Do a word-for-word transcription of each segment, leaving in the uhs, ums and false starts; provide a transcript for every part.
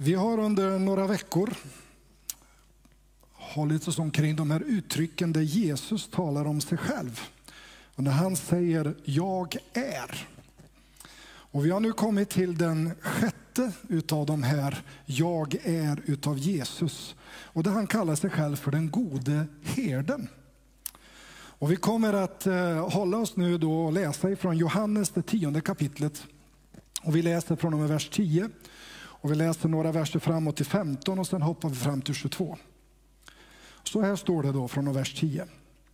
Vi har under några veckor hållit oss omkring de här uttrycken där Jesus talar om sig själv. Och när han säger jag är. Och vi har nu kommit till den sjätte utav de här jag är utav Jesus. Och där han kallar sig själv för den gode herden. Och vi kommer att eh, hålla oss nu då och läsa ifrån Johannes det tionde kapitlet. Och vi läser från och med vers tio. Och vi läser några verser framåt till femton och sen hoppar vi fram till tjugotvå. Så här står det då från vers tio.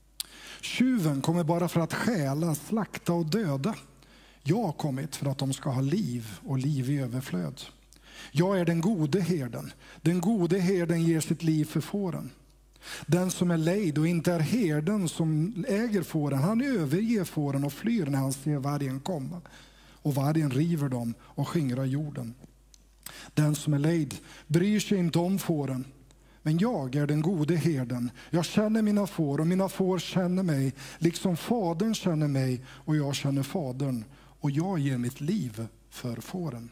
Tjuven kommer bara för att stjäla, slakta och döda. Jag har kommit för att de ska ha liv och liv i överflöd. Jag är den gode herden. Den gode herden ger sitt liv för fåren. Den som är lejd och inte är herden som äger fåren, han överger fåren och flyr när han ser vargen komma. Och vargen river dem och skingrar jorden. Den som är lejd bryr sig inte om fåren. Men jag är den gode herden. Jag känner mina får och mina får känner mig, liksom fadern känner mig och jag känner fadern. Och jag ger mitt liv för fåren.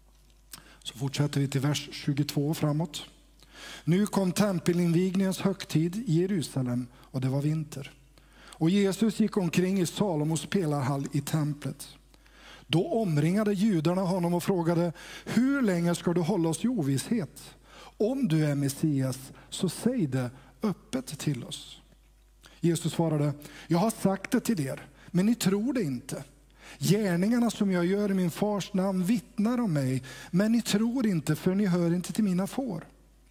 Så fortsätter vi till vers tjugotvå framåt. Nu kom tempelinvigningens högtid i Jerusalem och det var vinter. Och Jesus gick omkring i Salomos pelarhall i templet. Då omringade judarna honom och frågade: hur länge ska du hålla oss i ovisshet? Om du är Messias, så säg det öppet till oss. Jesus svarade: jag har sagt det till er, men ni tror det inte. Gärningarna som jag gör i min fars namn vittnar om mig, men ni tror inte, för ni hör inte till mina får.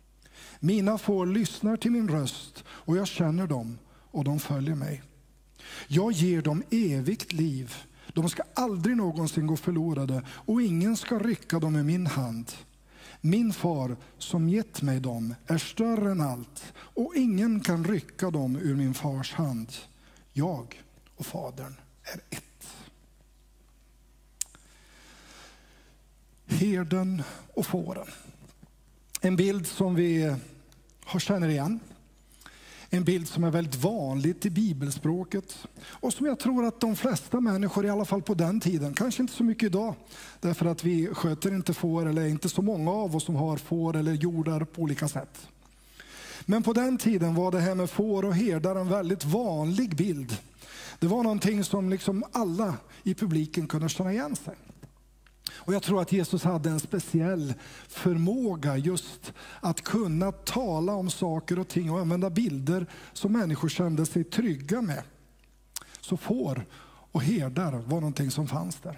Mina får lyssnar till min röst och jag känner dem och de följer mig. Jag ger dem evigt liv. De ska aldrig någonsin gå förlorade och ingen ska rycka dem i min hand. Min far som gett mig dem är större än allt och ingen kan rycka dem ur min fars hand. Jag och fadern är ett. Herden och fåren. En bild som vi har känner igen. En bild som är väldigt vanligt i bibelspråket. Och som jag tror att de flesta människor, i alla fall på den tiden, kanske inte så mycket idag. Därför att vi sköter inte får, eller inte så många av oss som har får eller jordar på olika sätt. Men på den tiden var det här med får och herdar en väldigt vanlig bild. Det var någonting som liksom alla i publiken kunde känna igen sig. Och jag tror att Jesus hade en speciell förmåga just att kunna tala om saker och ting och använda bilder som människor kände sig trygga med. Så får och herdar var någonting som fanns där.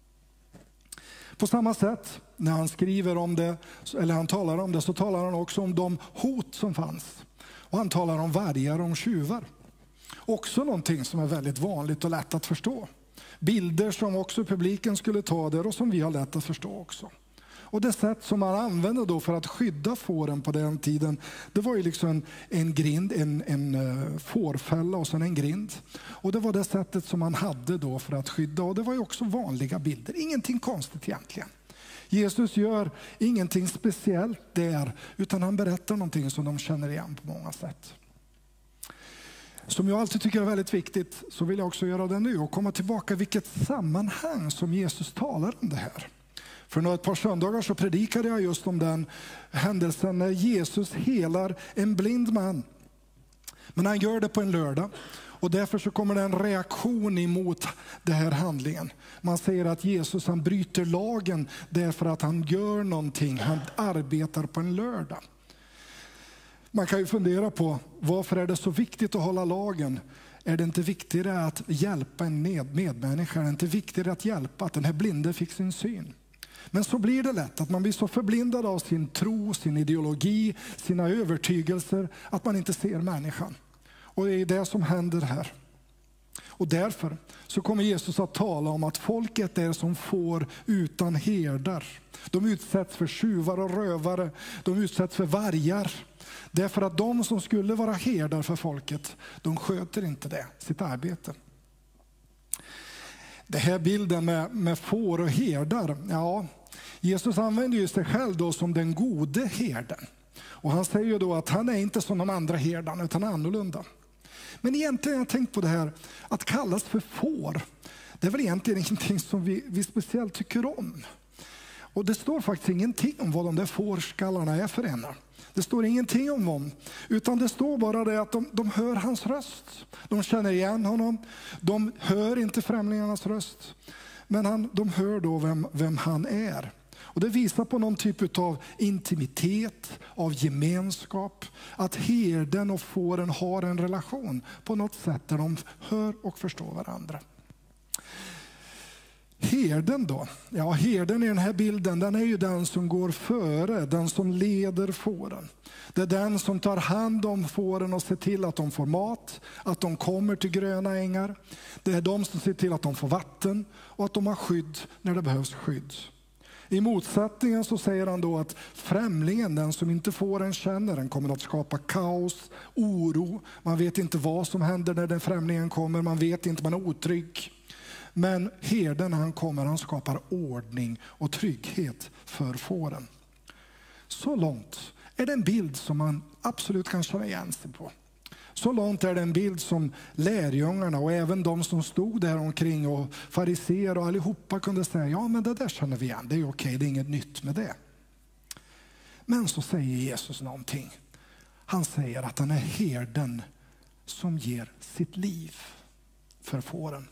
På samma sätt, när han skriver om det, eller han talar om det, så talar han också om de hot som fanns. Och han talar om vargar och om tjuvar. Också någonting som är väldigt vanligt och lätt att förstå. Bilder som också publiken skulle ta där och som vi har lätt att förstå också. Och det sätt som man använde då för att skydda fåren på den tiden, det var ju liksom en, en grind, en, en fårfälla och sen en grind. Och det var det sättet som man hade då för att skydda, och det var ju också vanliga bilder. Ingenting konstigt egentligen. Jesus gör ingenting speciellt där, utan han berättar någonting som de känner igen på många sätt. Som jag alltid tycker är väldigt viktigt, så vill jag också göra det nu och komma tillbaka vilket sammanhang som Jesus talar om det här. För några ett par söndagar så predikade jag just om den händelsen när Jesus helar en blind man. Men han gör det på en lördag. Och därför så kommer det en reaktion emot den här handlingen. Man säger att Jesus han bryter lagen därför att han gör någonting. Han arbetar på en lördag. Man kan ju fundera på varför är det så viktigt att hålla lagen? Är det inte viktigare att hjälpa en med medmänniska? Är det inte viktigare att hjälpa att den här blinde fick sin syn? Men så blir det lätt att man blir så förblindad av sin tro, sin ideologi, sina övertygelser att man inte ser människan. Och det är det som händer här. Och därför så kommer Jesus att tala om att folket är som får utan herdar. De utsätts för tjuvar och rövare. De utsätts för vargar. Därför att de som skulle vara herdar för folket, de sköter inte det, sitt arbete. Det här bilden med, med får och herdar, ja, Jesus använder ju sig själv då som den gode herden. Och han säger ju då att han är inte som de andra herdarna utan annorlunda. Men egentligen har jag tänkt på det här, att kallas för får, det är väl egentligen ingenting som vi, vi speciellt tycker om. Och det står faktiskt ingenting om vad de där fårskallarna är för ena. Det står ingenting om dem, utan det står bara det att de, de hör hans röst. De känner igen honom, de hör inte främlingarnas röst. Men han, de hör då vem, vem han är. Och det visar på någon typ av intimitet, av gemenskap. Att herden och fåren har en relation på något sätt där de hör och förstår varandra. Herden då? Ja, herden i den här bilden, den är ju den som går före, den som leder fåren. Det är den som tar hand om fåren och ser till att de får mat, att de kommer till gröna ängar. Det är de som ser till att de får vatten och att de har skydd när det behövs skydd. I motsättningen så säger han då att främlingen, den som inte fåren känner, den kommer att skapa kaos, oro. Man vet inte vad som händer när den främlingen kommer, man vet inte, man är otrygg. Men herden, han kommer, han skapar ordning och trygghet för fåren. Så långt är det en bild som man absolut kan känna igen sig på. Så långt är det en bild som lärjungarna och även de som stod där omkring och fariseer och allihopa kunde säga, ja men det där känner vi igen, det är okej, det är inget nytt med det. Men så säger Jesus någonting. Han säger att han är herden som ger sitt liv för fåren.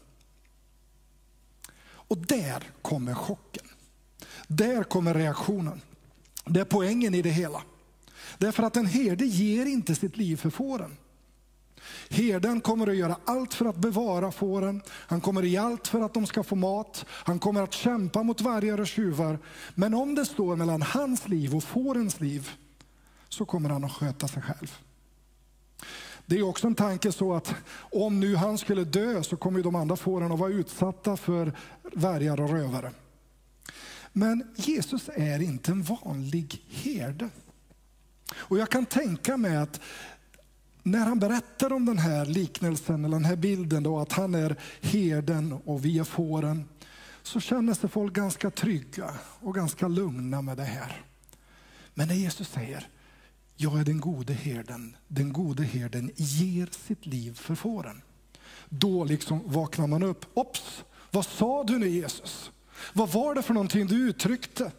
Och där kommer chocken. Där kommer reaktionen. Det är poängen i det hela. Därför att en herde ger inte sitt liv för fåren. Herden kommer att göra allt för att bevara fåren. Han kommer att göra allt för att de ska få mat. Han kommer att kämpa mot vargar och tjuvar. Men om det står mellan hans liv och fårens liv, så kommer han att sköta sig själv. Det är också en tanke så att om nu han skulle dö, så kommer ju de andra fåren att vara utsatta för vargar och rövare. Men Jesus är inte en vanlig herde. Och jag kan tänka mig att när han berättar om den här liknelsen, eller den här bilden då, att han är herden och vi är fåren, så känner sig folk ganska trygga och ganska lugna med det här. Men när Jesus säger, jag är den gode herden, den gode herden ger sitt liv för fåren, då liksom vaknar man upp. Ops, vad sa du nu Jesus? Vad var det för någonting du uttryckte?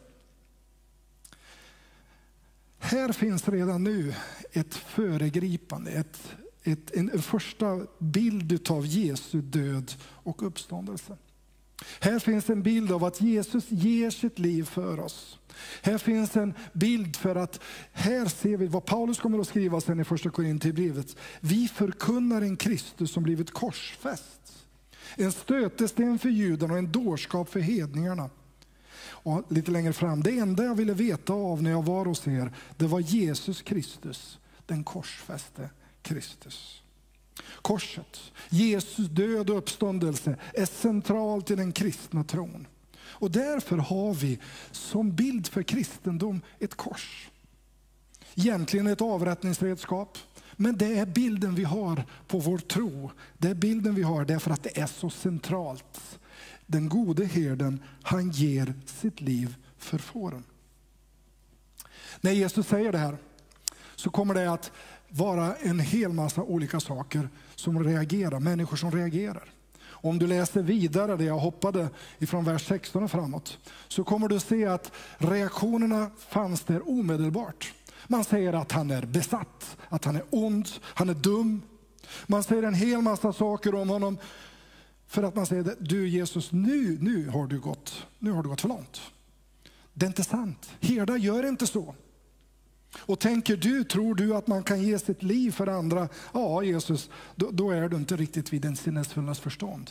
Här finns redan nu ett föregripande, ett, ett, en första bild av Jesu död och uppståndelse. Här finns en bild av att Jesus ger sitt liv för oss. Här finns en bild för att, här ser vi vad Paulus kommer att skriva sen i första Korinthierbrevet. Vi förkunnar en Kristus som blivit korsfäst. En stötesten för judarna och en dårskap för hedningarna. Och lite längre fram, det enda jag ville veta av när jag var hos er, det var Jesus Kristus, den korsfäste Kristus. Korset, Jesus död och uppståndelse, är centralt i den kristna tron. Och därför har vi som bild för kristendom ett kors. Egentligen ett avrättningsredskap, men det är bilden vi har på vår tro. Det är bilden vi har därför att det är så centralt. Den gode herden, han ger sitt liv för fåren. När Jesus säger det här, så kommer det att vara en hel massa olika saker som reagerar, människor som reagerar. Om du läser vidare, det jag hoppade ifrån vers sexton och framåt, så kommer du se att reaktionerna fanns där omedelbart. Man säger att han är besatt, att han är ond, han är dum. Man säger en hel massa saker om honom för att man säger, du Jesus, nu, nu, har du gått, nu har du gått för långt. Det är inte sant. Herdar gör inte så. Och tänker du, tror du att man kan ge sitt liv för andra? Ja, Jesus, då, då är du inte riktigt vid den sinnesfullas förstånd.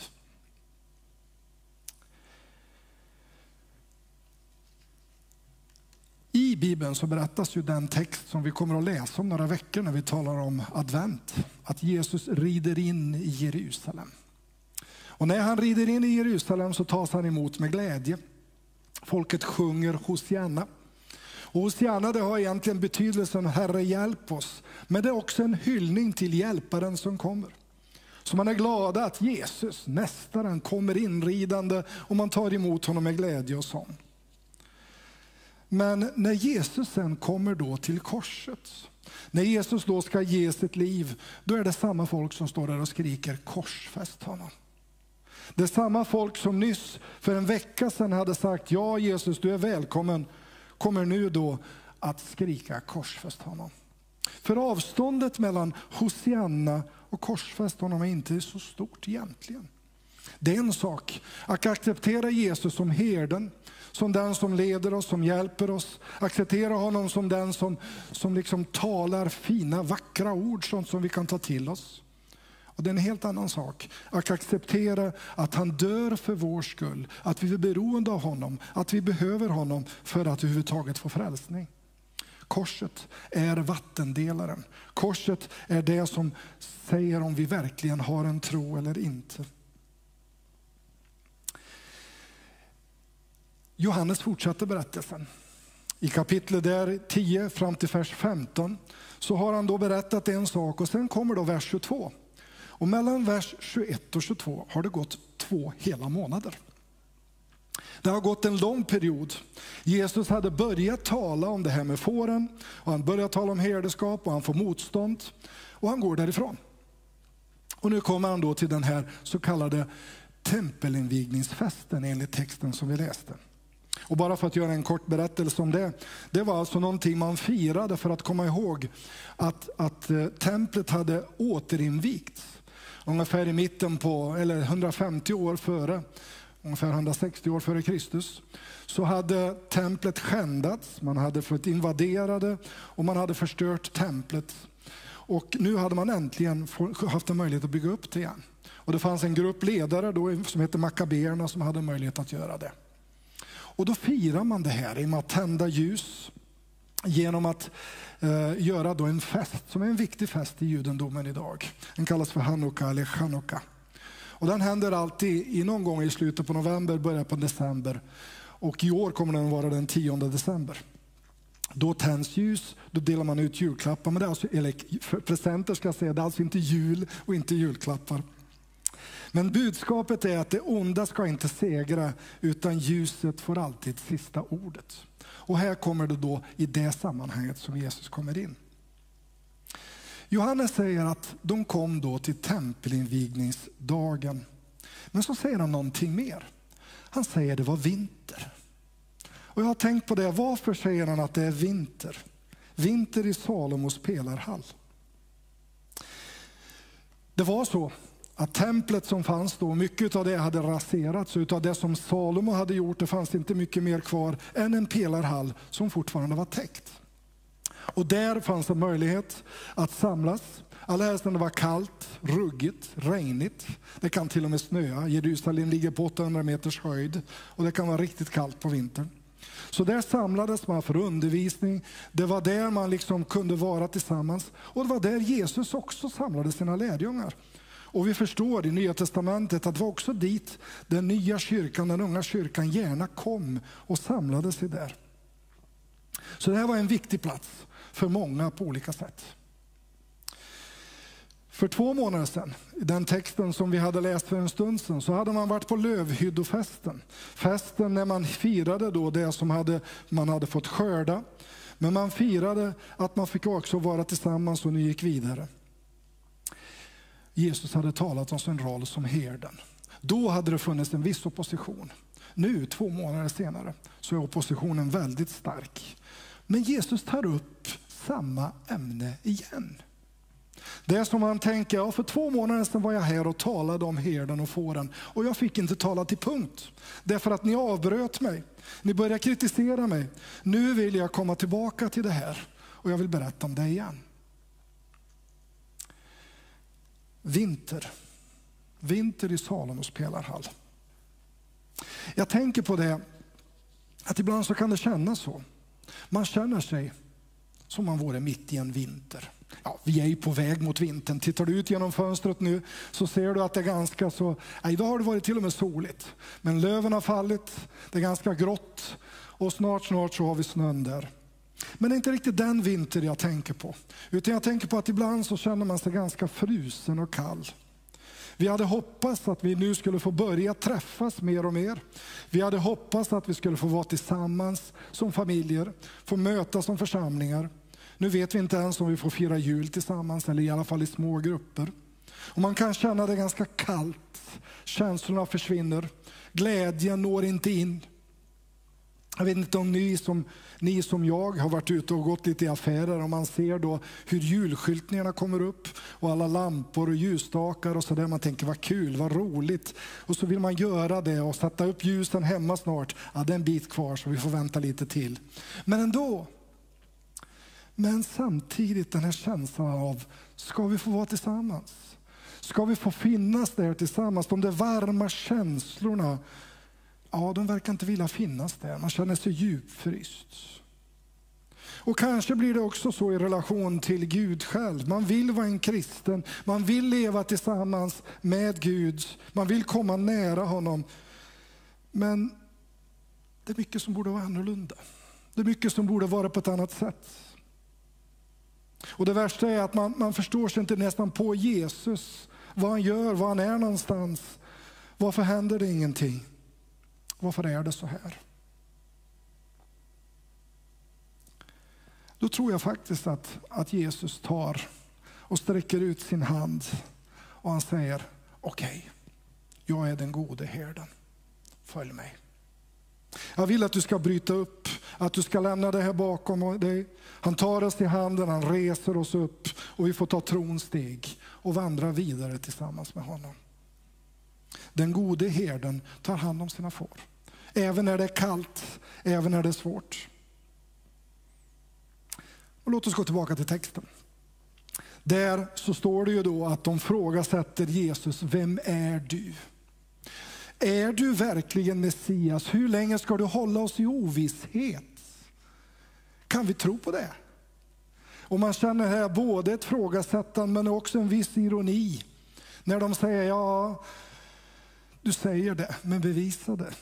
I Bibeln så berättas ju den text som vi kommer att läsa om några veckor när vi talar om advent. Att Jesus rider in i Jerusalem. Och när han rider in i Jerusalem så tas han emot med glädje. Folket sjunger Hosianna. Och Hosianna, det har egentligen betydelsen Herre hjälp oss. Men det är också en hyllning till hjälparen som kommer. Så man är glad att Jesus, mästaren, kommer inridande och man tar emot honom med glädje och sång. Men när Jesus sen kommer då till korset, när Jesus då ska ge sitt liv, då är det samma folk som står där och skriker korsfäst honom. Det är samma folk som nyss för en vecka sedan hade sagt ja Jesus, du är välkommen, kommer nu då att skrika korsfäst honom. För avståndet mellan Hosianna och korsfäst honom är inte så stort egentligen. Det är en sak att acceptera Jesus som herden, som den som leder oss, som hjälper oss. Acceptera honom som den som, som liksom talar fina, vackra ord, sånt som vi kan ta till oss. Och det är en helt annan sak att acceptera att han dör för vår skull, att vi är beroende av honom, att vi behöver honom för att överhuvudtaget få frälsning. Korset är vattendelaren. Korset är det som säger om vi verkligen har en tro eller inte. Johannes fortsätter berättelsen. I kapitlet där tio fram till vers femton så har han då berättat en sak och sen kommer då vers tjugotvå. Och mellan vers tjugoett och tjugotvå har det gått två hela månader. Det har gått en lång period. Jesus hade börjat tala om det här med fåren och han börjar tala om herdeskap och han får motstånd och han går därifrån. Och nu kommer han då till den här så kallade tempelinvigningsfesten enligt texten som vi läste. Och bara för att göra en kort berättelse om det. Det var alltså någonting man firade för att komma ihåg att, att templet hade återinvigts. Ungefär i mitten på, eller hundrafemtio år före, ungefär hundrasextio år före Kristus, så hade templet skändats, man hade fått invaderade och man hade förstört templet. Och nu hade man äntligen haft en möjlighet att bygga upp det igen. Och det fanns en grupp ledare då som heter Makabeerna som hade möjlighet att göra det. Och då firar man det här genom att tända ljus, genom att eh, göra då en fest som är en viktig fest i judendomen idag. Den kallas för Hanukka eller Chanukka. Och den händer alltid i någon gång i slutet på november, början på december. Och i år kommer den vara den tionde december. Då tänds ljus, då delar man ut julklappar. Men det är alltså, eller presenter ska jag säga, det är alltså inte jul och inte julklappar. Men budskapet är att det onda ska inte segra utan ljuset får alltid sista ordet. Och här kommer det då i det sammanhanget som Jesus kommer in. Johannes säger att de kom då till tempelinvigningsdagen. Men så säger han någonting mer. Han säger det var vinter. Och jag har tänkt på det, varför säger han att det är vinter? Vinter i Salomos pelarhall. Det var så att templet som fanns då, mycket av det hade raserats. Utav det som Salomo hade gjort, det fanns inte mycket mer kvar än en pelarhall som fortfarande var täckt. Och där fanns en möjlighet att samlas. Allhelst när det var kallt, ruggigt, regnigt. Det kan till och med snöa. Jerusalem ligger på åttahundra meters höjd och det kan vara riktigt kallt på vintern. Så där samlades man för undervisning. Det var där man liksom kunde vara tillsammans. Och det var där Jesus också samlade sina lärjungar. Och vi förstår i Nya testamentet att det var också dit den nya kyrkan, den unga kyrkan gärna kom och samlade sig där. Så det här var en viktig plats för många på olika sätt. För två månader sedan, i den texten som vi hade läst för en stund sedan, så hade man varit på lövhyddofesten. Festen när man firade då det som hade, man hade fått skörda. Men man firade att man fick också vara tillsammans och nu gick vidare. Jesus hade talat om sin roll som herden. Då hade det funnits en viss opposition. Nu, två månader senare, så är oppositionen väldigt stark. Men Jesus tar upp samma ämne igen. Det är som man tänker, ja, för två månader sedan var jag här och talade om herden och fåren. Och jag fick inte tala till punkt. Därför att ni avbröt mig. Ni började kritisera mig. Nu vill jag komma tillbaka till det här. Och jag vill berätta om det igen. Vinter. Vinter i Salomos pelarhall. Jag tänker på det att ibland så kan det kännas så. Man känner sig som man vore mitt i en vinter. Ja, vi är ju på väg mot vintern. Tittar du ut genom fönstret nu så ser du att det är ganska så... Ja, idag har det varit till och med soligt. Men löven har fallit, det är ganska grått och snart, snart så har vi snön där. Men det är inte riktigt den vinter jag tänker på. Utan jag tänker på att ibland så känner man sig ganska frusen och kall. Vi hade hoppats att vi nu skulle få börja träffas mer och mer. Vi hade hoppats att vi skulle få vara tillsammans som familjer, få mötas som församlingar. Nu vet vi inte ens om vi får fira jul tillsammans eller i alla fall i små grupper. Och man kan känna det ganska kallt. Känslorna försvinner. Glädjen når inte in. Jag vet inte om ni som, ni som jag har varit ute och gått lite i affärer och man ser då hur julskyltningarna kommer upp och alla lampor och ljusstakar och sådär. Man tänker vad kul, vad roligt. Och så vill man göra det och sätta upp ljusen hemma snart. Ja, det är en bit kvar så vi får vänta lite till. Men ändå. Men samtidigt den här känslan av, ska vi få vara tillsammans? Ska vi få finnas där tillsammans? De där varma känslorna, ja, de verkar inte vilja finnas där. Man känner sig djupfryst. Och kanske blir det också så i relation till Gud själv. Man vill vara en kristen. Man vill leva tillsammans med Gud. Man vill komma nära honom. Men det är mycket som borde vara annorlunda. Det är mycket som borde vara på ett annat sätt. Och det värsta är att man, man förstår sig inte nästan på Jesus. Vad han gör, var han är någonstans. Varför händer det ingenting? Varför är det så här? Då tror jag faktiskt att, att Jesus tar och sträcker ut sin hand och han säger, okej, okay, jag är den gode herden. Följ mig. Jag vill att du ska bryta upp, att du ska lämna det här bakom dig. Han tar oss i handen, han reser oss upp och vi får ta tronsteg och vandra vidare tillsammans med honom. Den gode herden tar hand om sina får. Även när det är kallt, även när det är svårt. Och låt oss gå tillbaka till texten. Där så står det ju då att de frågasätter Jesus, vem är du? Är du verkligen Messias? Hur länge ska du hålla oss i ovisshet? Kan vi tro på det? Och man känner här både ett frågasättande men också en viss ironi. När de säger, ja, du säger det, men bevisa det.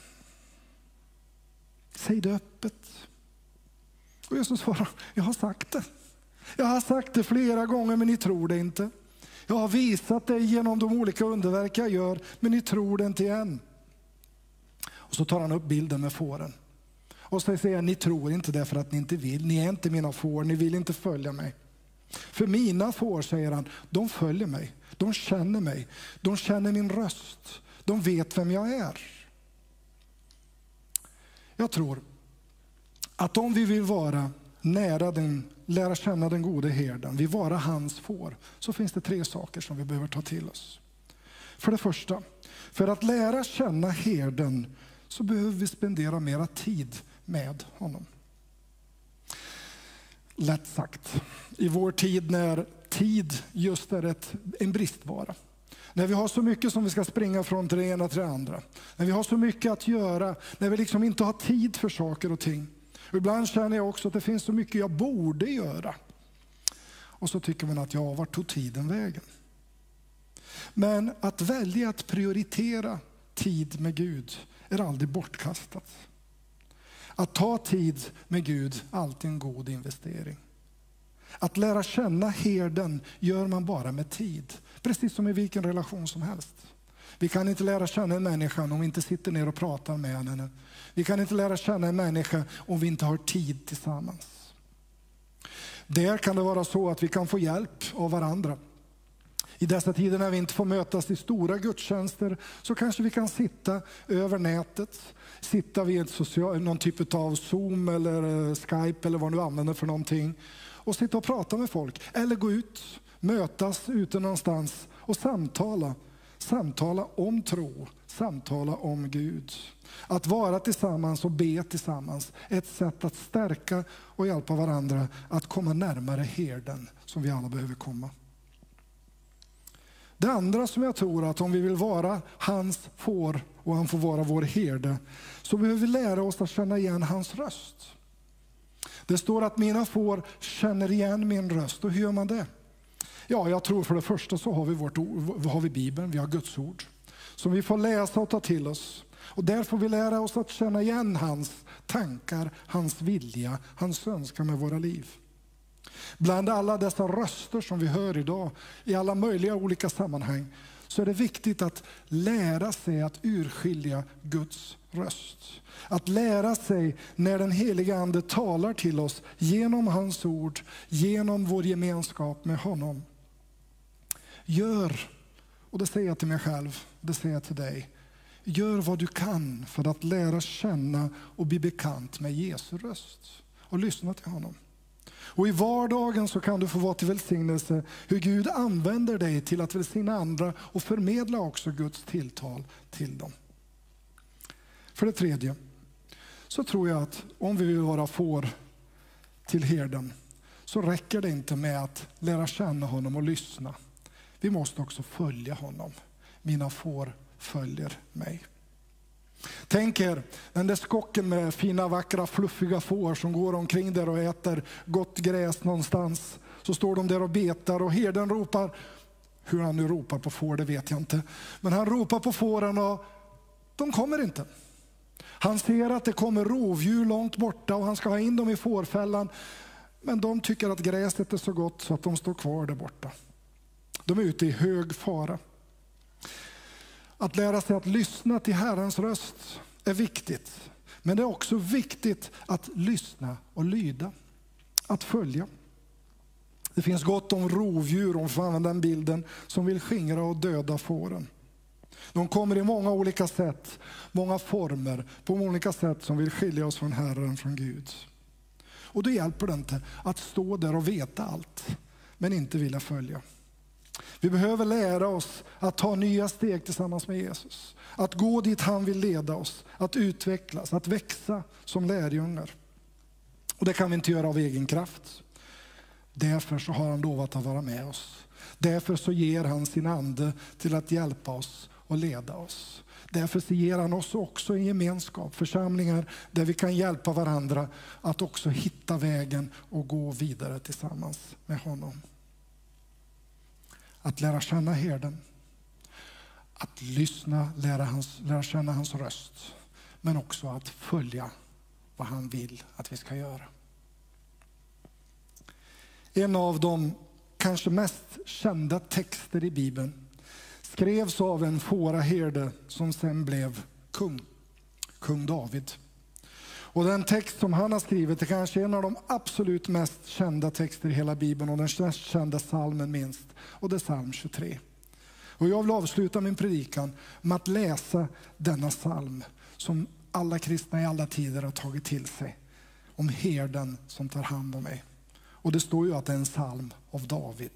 Säg det öppet. Och Jesus svarar, jag har sagt det. Jag har sagt det flera gånger men ni tror det inte. Jag har visat det genom de olika underverk jag gör men ni tror det inte än. Och så tar han upp bilden med fåren. Och så säger han, ni tror inte det för att ni inte vill. Ni är inte mina får, ni vill inte följa mig. För mina får, säger han, de följer mig. De känner mig. De känner min röst. De vet vem jag är. Jag tror att om vi vill vara nära den, lära känna den gode herden, vi vara hans får, så finns det tre saker som vi behöver ta till oss. För det första, för att lära känna herden så behöver vi spendera mera tid med honom. Lätt sagt. I vår tid när tid just är ett, en bristvara. När vi har så mycket som vi ska springa från till det ena till det andra. När vi har så mycket att göra. När vi liksom inte har tid för saker och ting. Och ibland känner jag också att det finns så mycket jag borde göra. Och så tycker man att ja, vart tog tiden vägen? Men att välja att prioritera tid med Gud är aldrig bortkastat. Att ta tid med Gud är alltid en god investering. Att lära känna herden gör man bara med tid. Precis som i vilken relation som helst. Vi kan inte lära känna en människa om vi inte sitter ner och pratar med henne. Vi kan inte lära känna en människa om vi inte har tid tillsammans. Där kan det vara så att vi kan få hjälp av varandra. I dessa tider när vi inte får mötas i stora gudstjänster så kanske vi kan sitta över nätet. Sitta vid ett social, någon typ av Zoom eller Skype eller vad du använder för någonting. Och sitta och prata med folk. Eller gå ut, mötas ute någonstans och samtala. Samtala om tro, samtala om Gud. Att vara tillsammans och be tillsammans är ett sätt att stärka och hjälpa varandra att komma närmare herden som vi alla behöver komma. Det andra som jag tror att om vi vill vara hans får och han får vara vår herde så behöver vi lära oss att känna igen hans röst. Det står att mina får känner igen min röst. Och hur gör man det? Ja, jag tror för det första så har vi, vårt, har vi Bibeln, vi har Guds ord. Som vi får läsa och ta till oss. Och där får vi lära oss att känna igen hans tankar, hans vilja, hans önskan med våra liv. Bland alla dessa röster som vi hör idag i alla möjliga olika sammanhang så är det viktigt att lära sig att urskilja Guds röst. Att lära sig när den heliga ande talar till oss genom hans ord, genom vår gemenskap med honom. Gör Och det säger jag till mig själv, det säger jag till dig. Gör vad du kan för att lära känna och bli bekant med Jesu röst. Och lyssna till honom. Och i vardagen så kan du få vara till välsignelse hur Gud använder dig till att välsigna andra och förmedla också Guds tilltal till dem. För det tredje så tror jag att om vi vill vara får till herden så räcker det inte med att lära känna honom och lyssna. Vi måste också följa honom. Mina får följer mig. Tänk er den där skocken med fina, vackra, fluffiga får som går omkring där och äter gott gräs någonstans. Så står de där och betar och herden ropar, hur han nu ropar på får det vet jag inte. Men han ropar på fåren och de kommer inte. Han ser att det kommer rovdjur långt borta och han ska ha in dem i fårfällan. Men de tycker att gräset är så gott så att de står kvar där borta. De är ute i hög fara. Att lära sig att lyssna till Herrens röst är viktigt. Men det är också viktigt att lyssna och lyda. Att följa. Det finns gott om rovdjur, om vi får använda den bilden, som vill skingra och döda fåren. De kommer i många olika sätt, många former, på olika sätt som vill skilja oss från Herren, från Gud. Och då hjälper det inte att stå där och veta allt, men inte vilja följa. Vi behöver lära oss att ta nya steg tillsammans med Jesus. Att gå dit han vill leda oss, att utvecklas, att växa som lärjungar. Och det kan vi inte göra av egen kraft. Därför så har han lovat att vara med oss. Därför så ger han sin ande till att hjälpa oss och leda oss. Därför så ger han oss också en gemenskap, församlingar där vi kan hjälpa varandra att också hitta vägen och gå vidare tillsammans med honom. Att lära känna herden, att lyssna, lära, hans, lära känna hans röst, men också att följa vad han vill att vi ska göra. En av de kanske mest kända texter i Bibeln skrevs av en fåraherde som sen blev kung, kung David. Och den text som han har skrivit är kanske en av de absolut mest kända texter i hela Bibeln och den mest kända psalmen minst. Och det är psalm tjugotre. Och jag vill avsluta min predikan med att läsa denna psalm som alla kristna i alla tider har tagit till sig. Om herden som tar hand om mig. Och det står ju att det är en psalm av David.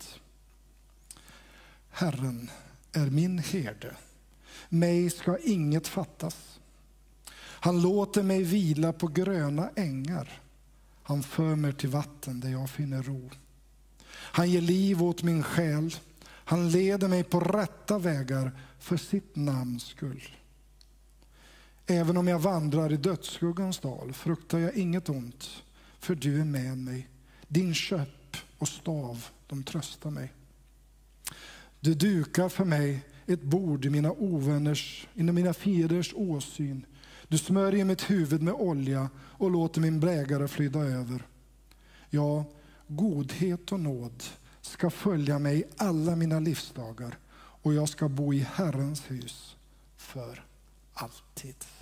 Herren är min herde. Mig ska inget fattas. Han låter mig vila på gröna ängar. Han för mig till vatten där jag finner ro. Han ger liv åt min själ. Han leder mig på rätta vägar för sitt namns skull. Även om jag vandrar i dödsskuggans dal fruktar jag inget ont, för du är med mig. Din köpp och stav, de tröstar mig. Du dukar för mig ett bord i mina ovänners, inom mina fienders åsyn. Du smörjer mitt huvud med olja och låter min bägare flyta över. Ja, godhet och nåd ska följa mig alla mina livsdagar och jag ska bo i Herrens hus för alltid.